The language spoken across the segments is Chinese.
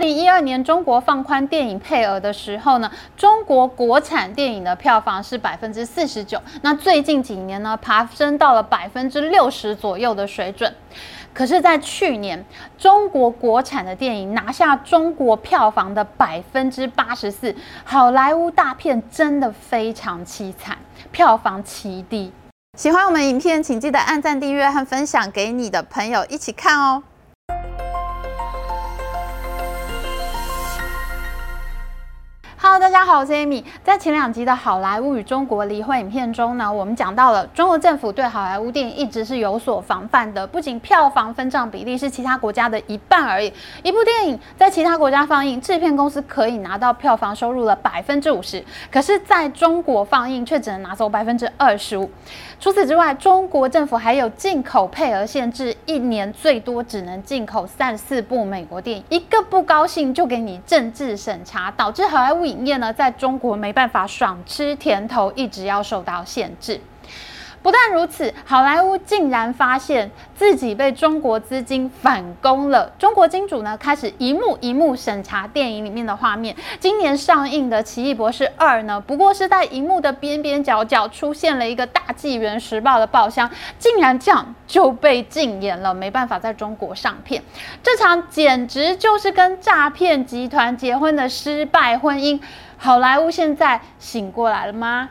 2012年中国放宽电影配额的时候呢，中国国产电影的票房是49%，那最近几年呢，爬升到了60%左右的水准。可是，在去年，中国国产的电影拿下中国票房的84%，好莱坞大片真的非常凄惨，票房奇低。喜欢我们影片，请记得按赞、订阅和分享给你的朋友一起看哦。Hello， 大家好，我是 Amy。在前2集的好莱坞与中国离婚影片中呢，我们讲到了中国政府对好莱坞电影一直是有所防范的，不仅票房分账比例是其他国家的1半而已，一部电影在其他国家放映，制片公司可以拿到票房收入的50%，可是在中国放映却只能拿走25%。除此之外，中国政府还有进口配额限制，1年最多只能进口34部美国电影，一个不高兴就给你政治审查，导致好莱坞影业呢在中国没办法爽吃甜头，一直要受到限制。不但如此，好莱坞竟然发现自己被中国资金反攻了。中国金主呢开始一幕一幕审查电影里面的画面。今年上映的《奇异博士2》呢，不过是在荧幕的边边角角出现了一个大纪元时报的报箱，竟然这样就被禁演了，没办法在中国上片。这场简直就是跟诈骗集团结婚的失败婚姻。好莱坞现在醒过来了吗？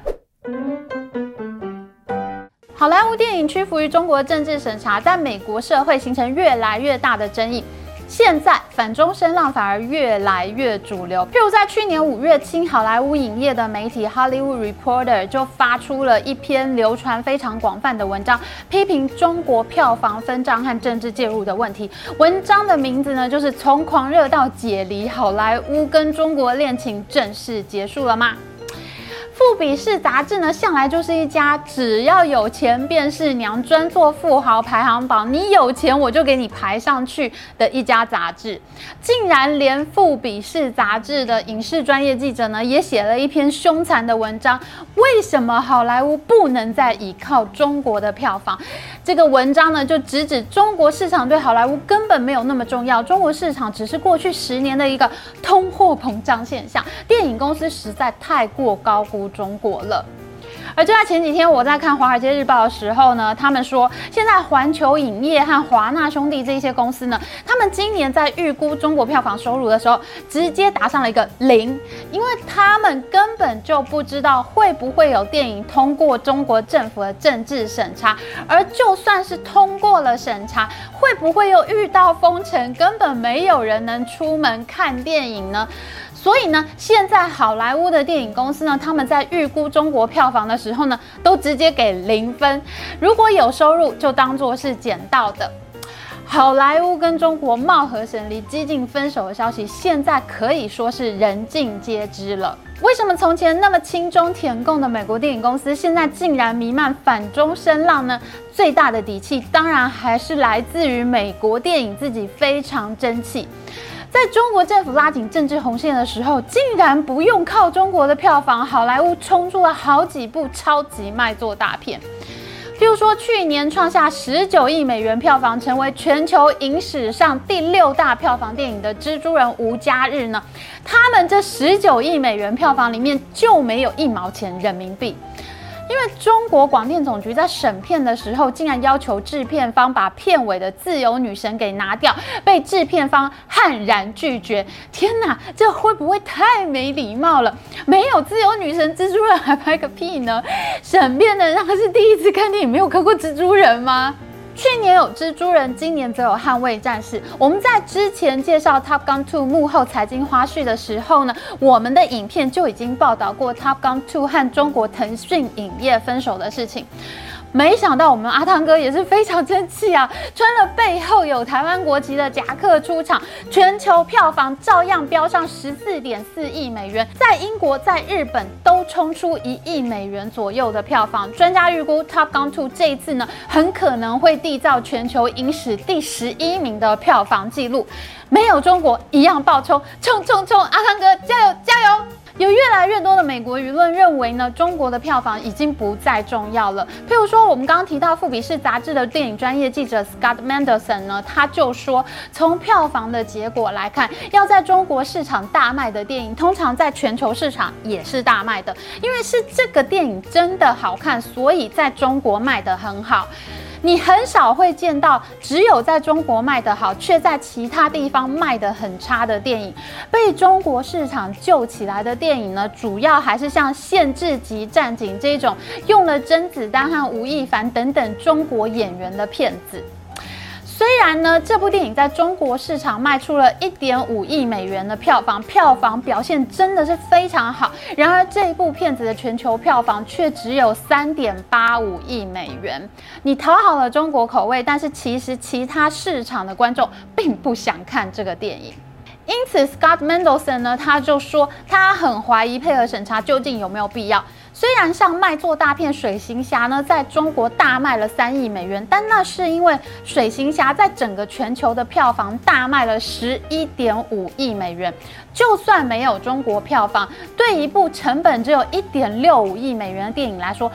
好莱坞电影屈服于中国的政治审查，在美国社会形成越来越大的争议。现在反中声浪反而越来越主流。譬如在去年5月，亲好莱坞影业的媒体 Hollywood Reporter 就发出了一篇流传非常广泛的文章，批评中国票房分账和政治介入的问题。文章的名字呢，就是从狂热到解离，好莱坞跟中国恋情正式结束了吗？富比士杂志呢，向来就是一家只要有钱便是娘，专做富豪排行榜，你有钱我就给你排上去的一家杂志。竟然连富比士杂志的影视专业记者呢，也写了一篇凶残的文章，为什么好莱坞不能再依靠中国的票房？这个文章呢，就直指中国市场对好莱坞根本没有那么重要，中国市场只是过去10年的一个通货膨胀现象，电影公司实在太过高估中国了。而就在前几天，我在看《华尔街日报》的时候呢，他们说，现在环球影业和华纳兄弟这些公司呢，他们今年在预估中国票房收入的时候，直接打上了一个0，因为他们根本就不知道会不会有电影通过中国政府的政治审查，而就算是通过了审查，会不会又遇到封城，根本没有人能出门看电影呢？所以呢，现在好莱坞的电影公司呢，他们在预估中国票房的时候呢，都直接给0分。如果有收入，就当作是捡到的。好莱坞跟中国貌合神离、激进分手的消息，现在可以说是人尽皆知了。为什么从前那么亲中舔共的美国电影公司，现在竟然弥漫反中声浪呢？最大的底气，当然还是来自于美国电影自己非常争气。在中国政府拉紧政治红线的时候，竟然不用靠中国的票房，好莱坞冲出了好几部超级卖座大片。譬如说，去年创下19亿美元票房，成为全球影史上第6大票房电影的《蜘蛛人无家日》呢，他们这19亿美元票房里面就没有1毛钱人民币。因为中国广电总局在审片的时候，竟然要求制片方把片尾的自由女神给拿掉，被制片方悍然拒绝。天哪，这会不会太没礼貌了？没有自由女神，蜘蛛人还拍个屁呢？审片的人是第一次看电影，没有看过蜘蛛人吗？去年有蜘蛛人，今年则有捍卫战士。我们在之前介绍 Top Gun 2 幕后财经花絮的时候呢，我们的影片就已经报道过 Top Gun 2和中国腾讯影业分手的事情。没想到我们阿汤哥也是非常争气啊，穿了背后有台湾国旗的夹克出场，全球票房照样飙上14.4亿美元，在英国、在日本都冲出1亿美元左右的票房。专家预估 Top Gun 2这一次呢，很可能会缔造全球影史第11名的票房纪录，没有中国一样爆冲，冲冲冲！阿汤哥加油加油！ 有越来越多的美国舆论认为呢，中国的票房已经不再重要了。譬如说，我们刚刚提到富比士杂志的电影专业记者 Scott Mendelson 呢，他就说，从票房的结果来看，要在中国市场大卖的电影，通常在全球市场也是大卖的，因为是这个电影真的好看，所以在中国卖得很好。你很少会见到只有在中国卖得好，却在其他地方卖得很差的电影。被中国市场救起来的电影呢，主要还是像《限制级战警》这种用了甄子丹和吴亦凡等等中国演员的片子。虽然呢，这部电影在中国市场卖出了1.5亿美元的票房，票房表现真的是非常好。然而，这一部片子的全球票房却只有3.85亿美元。你讨好了中国口味，但是其实其他市场的观众并不想看这个电影。因此 ，Scott Mendelson 呢，他就说他很怀疑配合审查究竟有没有必要。虽然像卖座大片《水行侠》呢，在中国大卖了3亿美元，但那是因为《水行侠》在整个全球的票房大卖了11.5亿美元。就算没有中国票房，对一部成本只有1.65亿美元的电影来说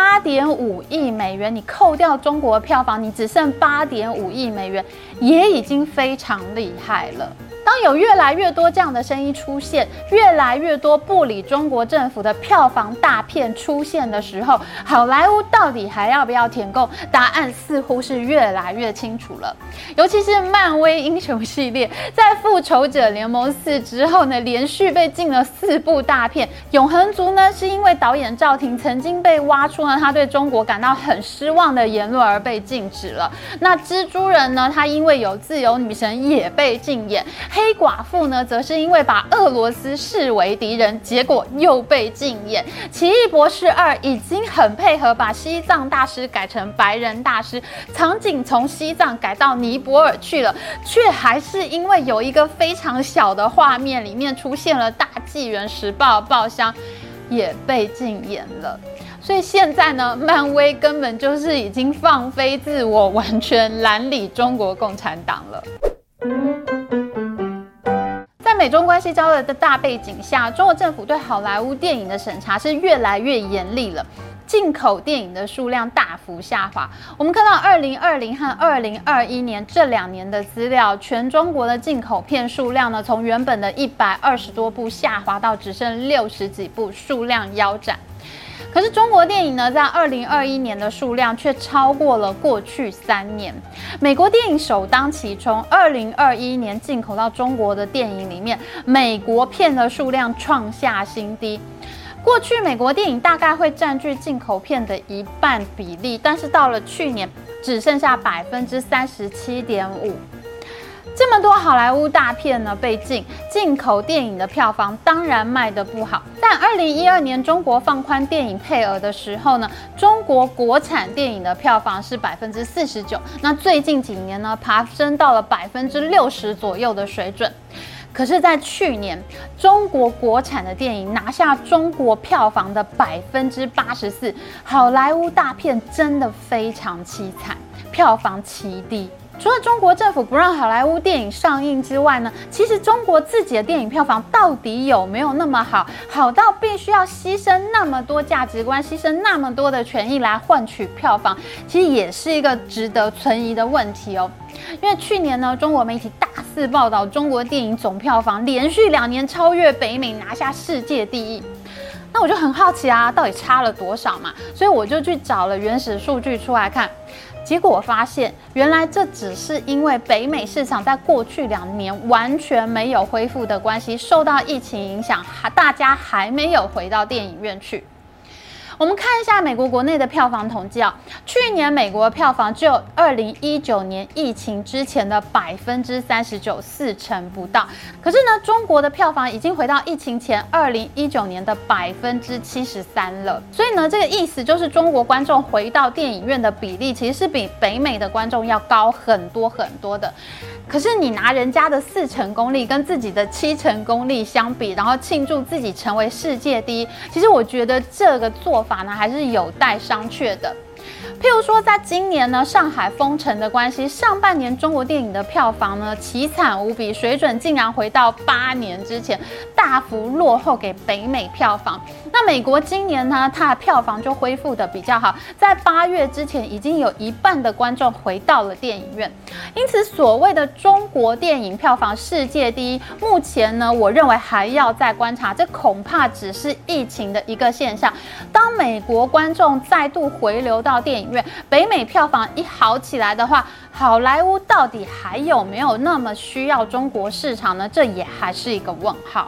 ，8.5亿美元，你扣掉中国的票房，你只剩8.5亿美元，也已经非常厉害了。当有越来越多这样的声音出现，越来越多不理中国政府的票房大片出现的时候，好莱坞到底还要不要填供？答案似乎是越来越清楚了。尤其是漫威英雄系列，在复仇者联盟4之后呢，连续被禁了4部大片。永恒族呢，是因为导演赵婷曾经被挖出呢他对中国感到很失望的言论而被禁止了。那蜘蛛人呢，他因为有自由女神也被禁演。黑寡妇呢，则是因为把俄罗斯视为敌人，结果又被禁演。奇异博士2已经很配合，把西藏大师改成白人大师，场景从西藏改到尼泊尔去了，却还是因为有一个非常小的画面里面出现了大纪元时报报箱，也被禁演了。所以现在呢，漫威根本就是已经放飞自我，完全蓝理中国共产党了。在美中关系交恶的大背景下，中国政府对好莱坞电影的审查是越来越严厉了。进口电影的数量大幅下滑。我们看到2020和2021年这2年的资料，全中国的进口片数量呢，从原本的120多部下滑到只剩60几部，数量腰斩。可是中国电影呢，在2021年的数量却超过了过去3年。美国电影首当其冲，2021年进口到中国的电影里面，美国片的数量创下新低。过去美国电影大概会占据进口片的1半比例，但是到了去年只剩下37.5%。这么多好莱坞大片呢被禁，进口电影的票房当然卖得不好。但2012年中国放宽电影配额的时候呢，中国国产电影的票房是49%，那最近几年呢爬升到了60%左右的水准。可是，在去年，中国国产的电影拿下中国票房的84%，好莱坞大片真的非常凄惨，票房奇低。除了中国政府不让好莱坞电影上映之外呢，其实中国自己的电影票房到底有没有那么好，好到必须要牺牲那么多价值观，牺牲那么多的权益来换取票房，其实也是一个值得存疑的问题哦。因为去年呢，中国媒体大肆报道中国电影总票房连续2年超越北美，拿下世界第一。那我就很好奇啊，到底差了多少嘛？所以我就去找了原始数据出来看。结果我发现，原来这只是因为北美市场在过去2年完全没有恢复的关系，受到疫情影响，大家还没有回到电影院去。我们看一下美国国内的票房统计啊，去年美国的票房只有2019年疫情之前的39%，4成不到。可是呢，中国的票房已经回到疫情前2019年的73%了。所以呢，这个意思就是中国观众回到电影院的比例其实是比北美的观众要高很多很多的。可是你拿人家的4成功力跟自己的7成功力相比，然后庆祝自己成为世界第一，其实我觉得这个做法呢还是有待商榷的。 譬如说，在今年呢，上海封城的关系，上半年中国电影的票房呢凄惨无比，水准竟然回到8年之前，大幅落后给北美票房。那美国今年呢，它的票房就恢复的比较好，在8月之前已经有1半的观众回到了电影院。因此，所谓的中国电影票房世界第一，目前呢，我认为还要再观察，这恐怕只是疫情的一个现象。当美国观众再度回流到电影院，北美票房一好起来的话，好莱坞到底还有没有那么需要中国市场呢？这也还是一个问号。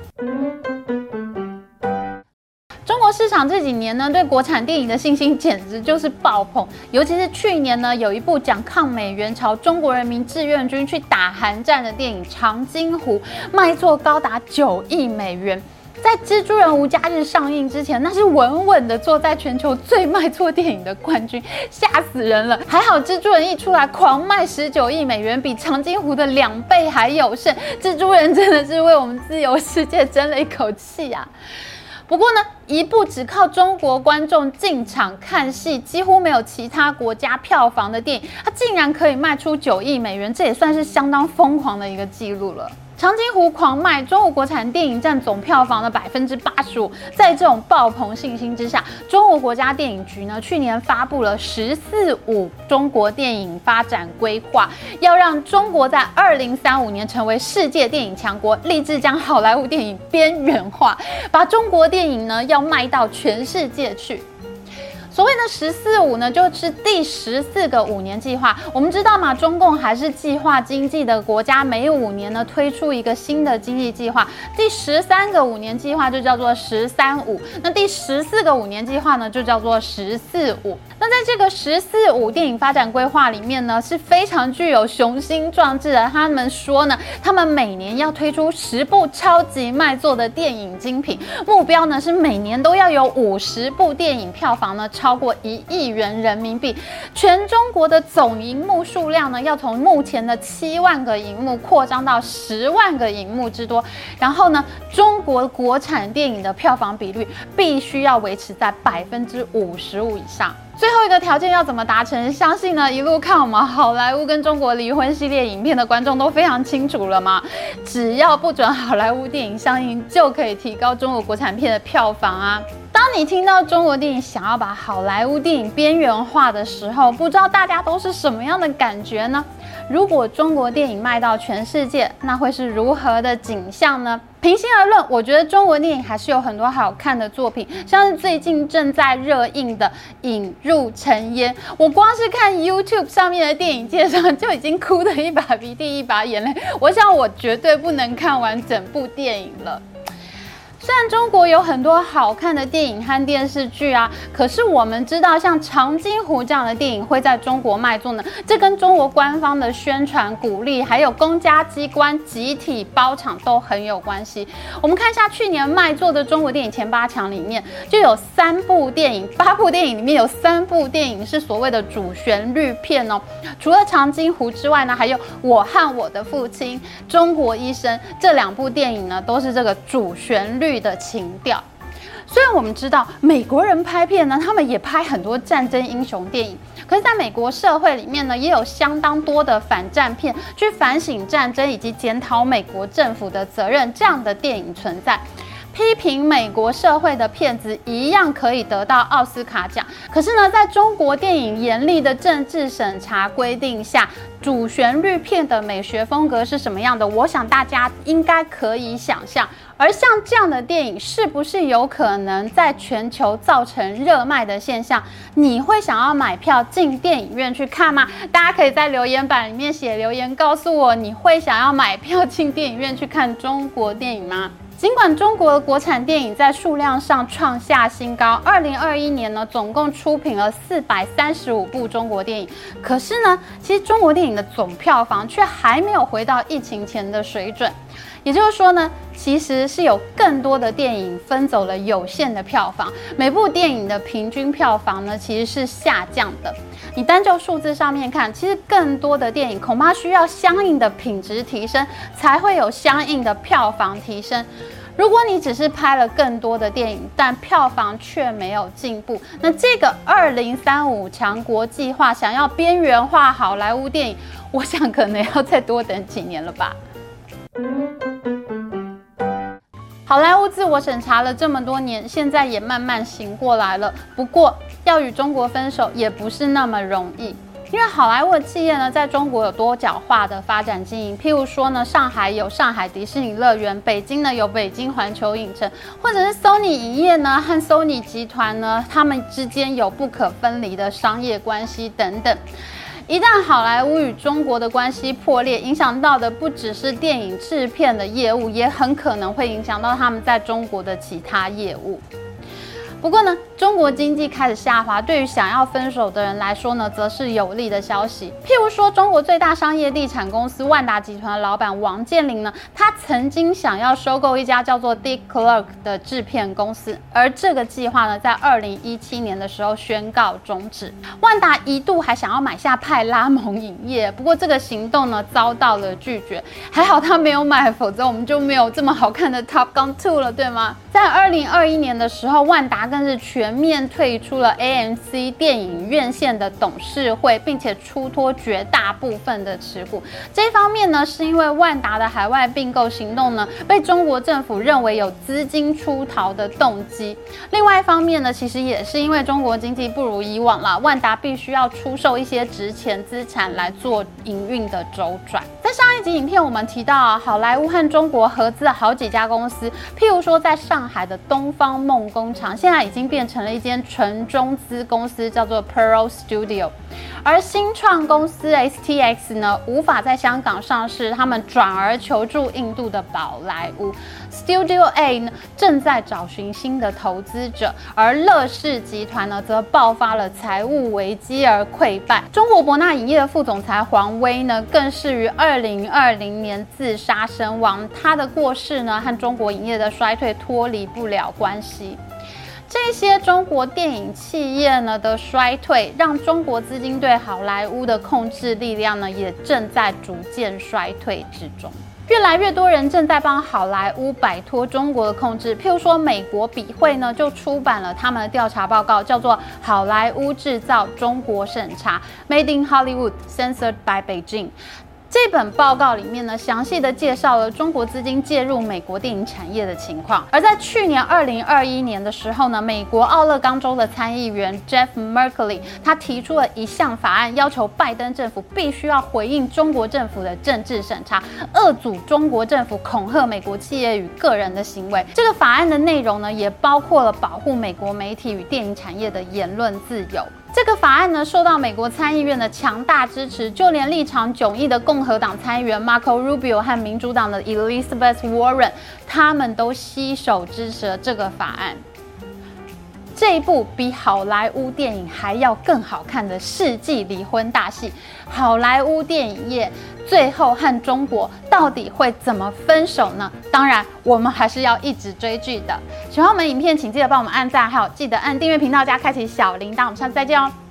中国市场这几年呢，对国产电影的信心简直就是爆棚，尤其是去年呢，有一部讲抗美援朝、中国人民志愿军去打韩战的电影《长津湖》，卖座高达9亿美元。在《蜘蛛人无家日》上映之前，那是稳稳的坐在全球最卖座电影的冠军，吓死人了。还好《蜘蛛人》一出来，狂卖19亿美元，比《长津湖》的2倍还有剩。蜘蛛人真的是为我们自由世界争了一口气啊！不过呢，一部只靠中国观众进场看戏，几乎没有其他国家票房的电影，它竟然可以卖出9亿美元，这也算是相当疯狂的一个记录了。长津湖狂卖，中国国产电影占总票房的85%。在这种爆棚信心之下，中国国家电影局呢去年发布了“14.5”中国电影发展规划，要让中国在2035年成为世界电影强国，立志将好莱坞电影边缘化，把中国电影呢要卖到全世界去。所谓的“14.5”呢，就是第14个5年计划。我们知道嘛，中共还是计划经济的国家，每5年呢推出一个新的经济计划。第13个5年计划就叫做“13.5”，那第14个5年计划呢就叫做“14.5”。那在这个“14.5”电影发展规划里面呢，是非常具有雄心壮志的。他们说呢，他们每年要推出10部超级卖座的电影精品，目标呢是每年都要有50部电影票房呢超过1亿元人民币，全中国的总萤幕数量呢，要从目前的7万个萤幕扩张到10万个萤幕之多。然后呢，中国国产电影的票房比率必须要维持在55%以上。最后一个条件要怎么达成？相信呢，一路看我们好莱坞跟中国离婚系列影片的观众都非常清楚了嘛。只要不准好莱坞电影上映，就可以提高中国国产片的票房啊。当你听到中国电影想要把好莱坞电影边缘化的时候，不知道大家都是什么样的感觉呢？如果中国电影卖到全世界，那会是如何的景象呢？平心而论，我觉得中国电影还是有很多好看的作品，像是最近正在热映的《引入尘烟》，我光是看 YouTube 上面的电影介绍就已经哭得一把鼻涕一把眼泪，我想我绝对不能看完整部电影了。虽然中国有很多好看的电影和电视剧啊，可是我们知道像《长津湖》这样的电影会在中国卖座呢，这跟中国官方的宣传鼓励，还有公家机关集体包场都很有关系。我们看一下去年卖座的中国电影前8强里面，就有8部电影里面有3部电影是所谓的主旋律片哦。除了《长津湖》之外呢，还有《我和我的父亲》、《中国医生》这2部电影呢，都是这个主旋律的情调。虽然我们知道美国人拍片呢，他们也拍很多战争英雄电影，可是在美国社会里面呢，也有相当多的反战片，去反省战争以及检讨美国政府的责任，这样的电影存在。批评美国社会的片子一样可以得到奥斯卡奖，可是呢，在中国电影严厉的政治审查规定下，主旋律片的美学风格是什么样的？我想大家应该可以想象。而像这样的电影，是不是有可能在全球造成热卖的现象？你会想要买票进电影院去看吗？大家可以在留言板里面写留言，告诉我你会想要买票进电影院去看中国电影吗？尽管中国的国产电影在数量上创下新高，2021年呢，总共出品了435部中国电影，可是呢，其实中国电影的总票房却还没有回到疫情前的水准。也就是说呢，其实是有更多的电影分走了有限的票房，每部电影的平均票房呢其实是下降的。你单就数字上面看，其实更多的电影恐怕需要相应的品质提升，才会有相应的票房提升。 如果你只是拍了更多的电影，但票房却没有进步，那这个2035强国计划想要边缘化好莱坞电影，我想可能要再多等几年了吧。好莱坞自我审查了这么多年，现在也慢慢醒过来了。不过，要与中国分手也不是那么容易，因为好莱坞的企业呢，在中国有多角化的发展经营。譬如说呢，上海有上海迪士尼乐园，北京呢有北京环球影城，或者是 Sony 影业呢和 Sony 集团呢，他们之间有不可分离的商业关系等等。一旦好莱坞与中国的关系破裂，影响到的不只是电影制片的业务，也很可能会影响到他们在中国的其他业务。不过呢，中国经济开始下滑，对于想要分手的人来说呢，则是有利的消息。譬如说，中国最大商业地产公司万达集团的老板王健林呢，他曾经想要收购一家叫做 Dick Clark 的制片公司，而这个计划呢，在2017年的时候宣告终止。万达一度还想要买下派拉蒙影业，不过这个行动呢，遭到了拒绝。还好他没有买，否则我们就没有这么好看的 Top Gun 2了，对吗？在2021年的时候，万达更是全面退出了 AMC 电影院线的董事会，并且出脱绝大部分的持股。这一方面呢，是因为万达的海外并购行动呢，被中国政府认为有资金出逃的动机。另外一方面呢，其实也是因为中国经济不如以往啦，万达必须要出售一些值钱资产来做营运的周转。在上一集影片我们提到好莱坞和中国合资了好几家公司，譬如说在上海的东方梦工厂，现在已经变成了一间纯中资公司，叫做 Pearl Studio。而新创公司 STX 呢，无法在香港上市，他们转而求助印度的宝莱坞。Studio A 呢，正在找寻新的投资者，而乐视集团呢，则爆发了财务危机而溃败。中国博纳影业的副总裁黄威呢，更是于2020年自杀身亡。他的过世呢，和中国影业的衰退脱离不了关系。这些中国电影企业呢的衰退，让中国资金对好莱坞的控制力量呢，也正在逐渐衰退之中。越来越多人正在帮好莱坞摆脱中国的控制，譬如说美国笔会呢就出版了他们的调查报告，叫做《好莱坞制造中国审查 Made in Hollywood Censored by Beijing》。这本报告里面呢，详细的介绍了中国资金介入美国电影产业的情况。而在去年2021年的时候呢，美国奥勒冈州的参议员 Jeff Merkley 他提出了一项法案，要求拜登政府必须要回应中国政府的政治审查，遏阻中国政府恐吓美国企业与个人的行为。这个法案的内容呢，也包括了保护美国媒体与电影产业的言论自由。这个法案呢，受到美国参议院的强大支持，就连立场迥异的共和党参议员 Marco Rubio 和民主党的 Elizabeth Warren， 他们都携手支持了这个法案。这一部比好莱坞电影还要更好看的世纪离婚大戏，好莱坞电影业最后和中国到底会怎么分手呢？当然，我们还是要一直追剧的。喜欢我们影片，请记得帮我们按赞，还有记得按订阅频道加开启小铃铛。我们下次再见哦。